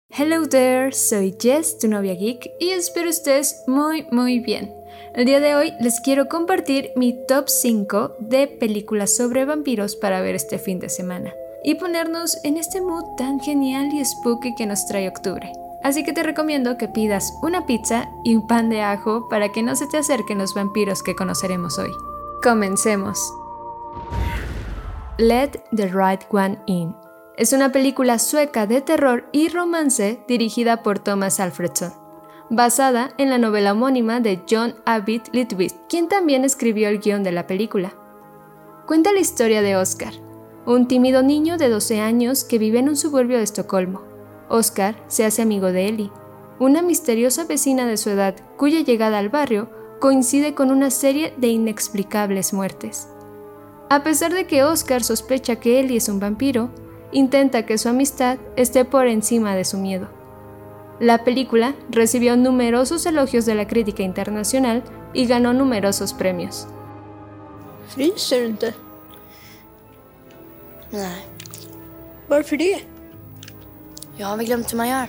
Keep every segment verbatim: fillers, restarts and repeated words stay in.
Hello there, soy Jess, tu novia geek, y espero estés muy muy bien. El día de hoy les quiero compartir mi top cinco de películas sobre vampiros para ver este fin de semana y ponernos en este mood tan genial y spooky que nos trae octubre. Así que te recomiendo que pidas una pizza y un pan de ajo para que no se te acerquen los vampiros que conoceremos hoy. Comencemos. Let the Right One In. Es una película sueca de terror y romance dirigida por Thomas Alfredson, basada en la novela homónima de John Abit Litwist, quien también escribió el guión de la película. Cuenta la historia de Oscar, un tímido niño de doce años que vive en un suburbio de Estocolmo. Oscar se hace amigo de Ellie, una misteriosa vecina de su edad cuya llegada al barrio coincide con una serie de inexplicables muertes. A pesar de que Oscar sospecha que Ellie es un vampiro, intenta que su amistad esté por encima de su miedo. La película recibió numerosos elogios de la crítica internacional y ganó numerosos premios. Fryser du inte? Nej. Varför det? Jag har väl glömt hur man gör.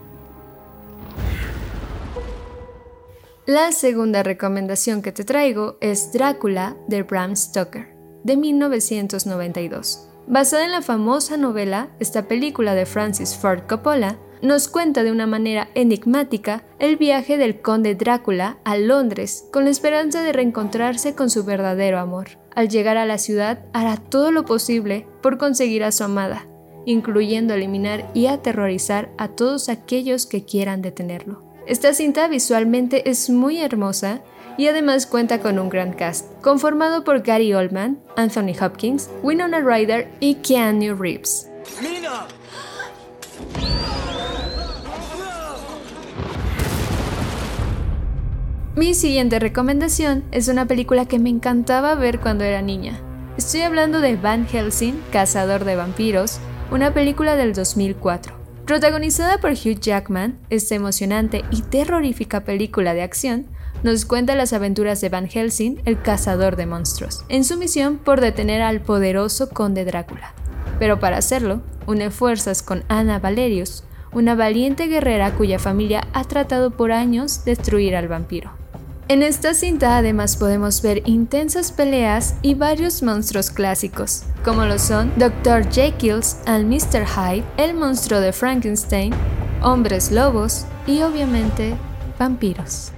La segunda recomendación que te traigo es Drácula de Bram Stoker, de mil novecientos noventa y dos. Basada en la famosa novela, esta película de Francis Ford Coppola nos cuenta de una manera enigmática el viaje del conde Drácula a Londres con la esperanza de reencontrarse con su verdadero amor. Al llegar a la ciudad, hará todo lo posible por conseguir a su amada, incluyendo eliminar y aterrorizar a todos aquellos que quieran detenerlo. Esta cinta visualmente es muy hermosa y además cuenta con un gran cast, conformado por Gary Oldman, Anthony Hopkins, Winona Ryder y Keanu Reeves. ¡Mina! Mi siguiente recomendación es una película que me encantaba ver cuando era niña. Estoy hablando de Van Helsing, Cazador de Vampiros, una película del dos mil cuatro. Protagonizada por Hugh Jackman, esta emocionante y terrorífica película de acción nos cuenta las aventuras de Van Helsing, el cazador de monstruos, en su misión por detener al poderoso conde Drácula. Pero para hacerlo, une fuerzas con Anna Valerius, una valiente guerrera cuya familia ha tratado por años destruir al vampiro. En esta cinta además podemos ver intensas peleas y varios monstruos clásicos, como lo son doctor Jekyll and mister Hyde, el monstruo de Frankenstein, hombres lobos y obviamente vampiros.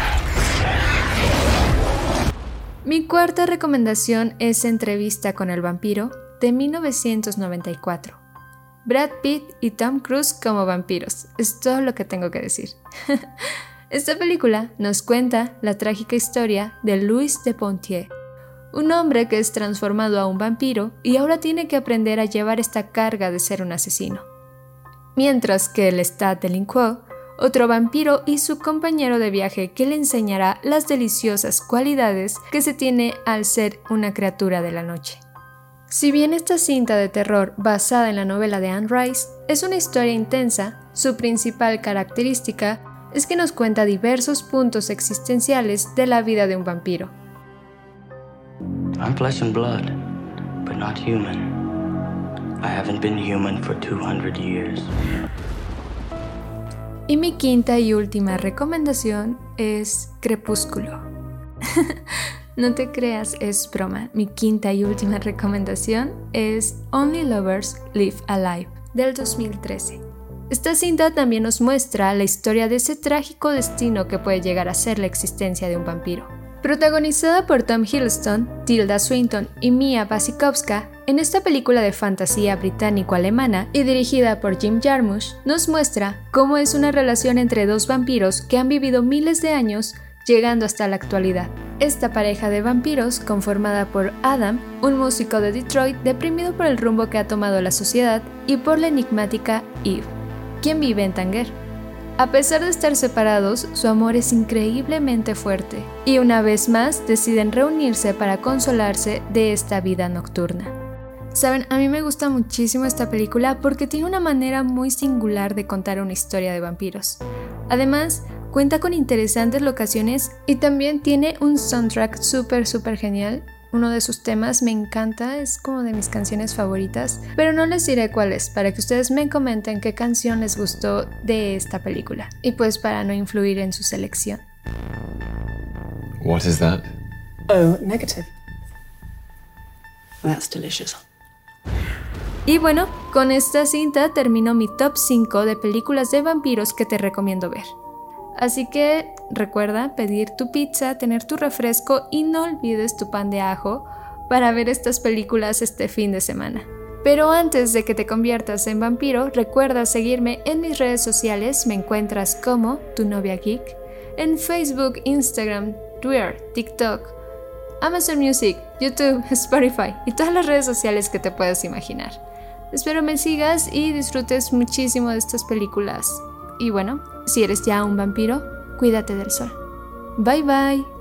Mi cuarta recomendación es Entrevista con el vampiro, de mil novecientos noventa y cuatro. Brad Pitt y Tom Cruise como vampiros, es todo lo que tengo que decir. Esta película nos cuenta la trágica historia de Louis de Pontier, un hombre que es transformado a un vampiro y ahora tiene que aprender a llevar esta carga de ser un asesino. Mientras que Lestat Delinquoit, otro vampiro y su compañero de viaje que le enseñará las deliciosas cualidades que se tiene al ser una criatura de la noche. Si bien esta cinta de terror basada en la novela de Anne Rice es una historia intensa, su principal característica es que nos cuenta diversos puntos existenciales de la vida de un vampiro. I'm flesh and blood, but not human. I haven't been human for two hundred years. Y mi quinta y última recomendación es Crepúsculo. No te creas, es broma. Mi quinta y última recomendación es Only Lovers Live Alive, del dos mil trece. Esta cinta también nos muestra la historia de ese trágico destino que puede llegar a ser la existencia de un vampiro. Protagonizada por Tom Hiddleston, Tilda Swinton y Mia Wasikowska, en esta película de fantasía británico-alemana y dirigida por Jim Jarmusch, nos muestra cómo es una relación entre dos vampiros que han vivido miles de años, llegando hasta la actualidad. Esta pareja de vampiros, conformada por Adam, un músico de Detroit deprimido por el rumbo que ha tomado la sociedad, y por la enigmática Eve, quien vive en Tánger. A pesar de estar separados, su amor es increíblemente fuerte, y una vez más deciden reunirse para consolarse de esta vida nocturna. Saben, a mí me gusta muchísimo esta película porque tiene una manera muy singular de contar una historia de vampiros. Además, cuenta con interesantes locaciones y también tiene un soundtrack súper súper genial uno de sus temas me encanta, es como de mis canciones favoritas, pero no les diré cuál es, para que ustedes me comenten qué canción les gustó de esta película, y pues para no influir en su selección. What is that? Oh, negative. That's delicious. Y bueno, con esta cinta termino mi top cinco de películas de vampiros que te recomiendo ver. Así que recuerda pedir tu pizza, tener tu refresco y no olvides tu pan de ajo para ver estas películas este fin de semana. Pero antes de que te conviertas en vampiro, recuerda seguirme en mis redes sociales, me encuentras como Tu Novia Geek, en Facebook, Instagram, Twitter, TikTok, Amazon Music, YouTube, Spotify y todas las redes sociales que te puedas imaginar. Espero me sigas y disfrutes muchísimo de estas películas. Y bueno, si eres ya un vampiro, cuídate del sol. Bye bye.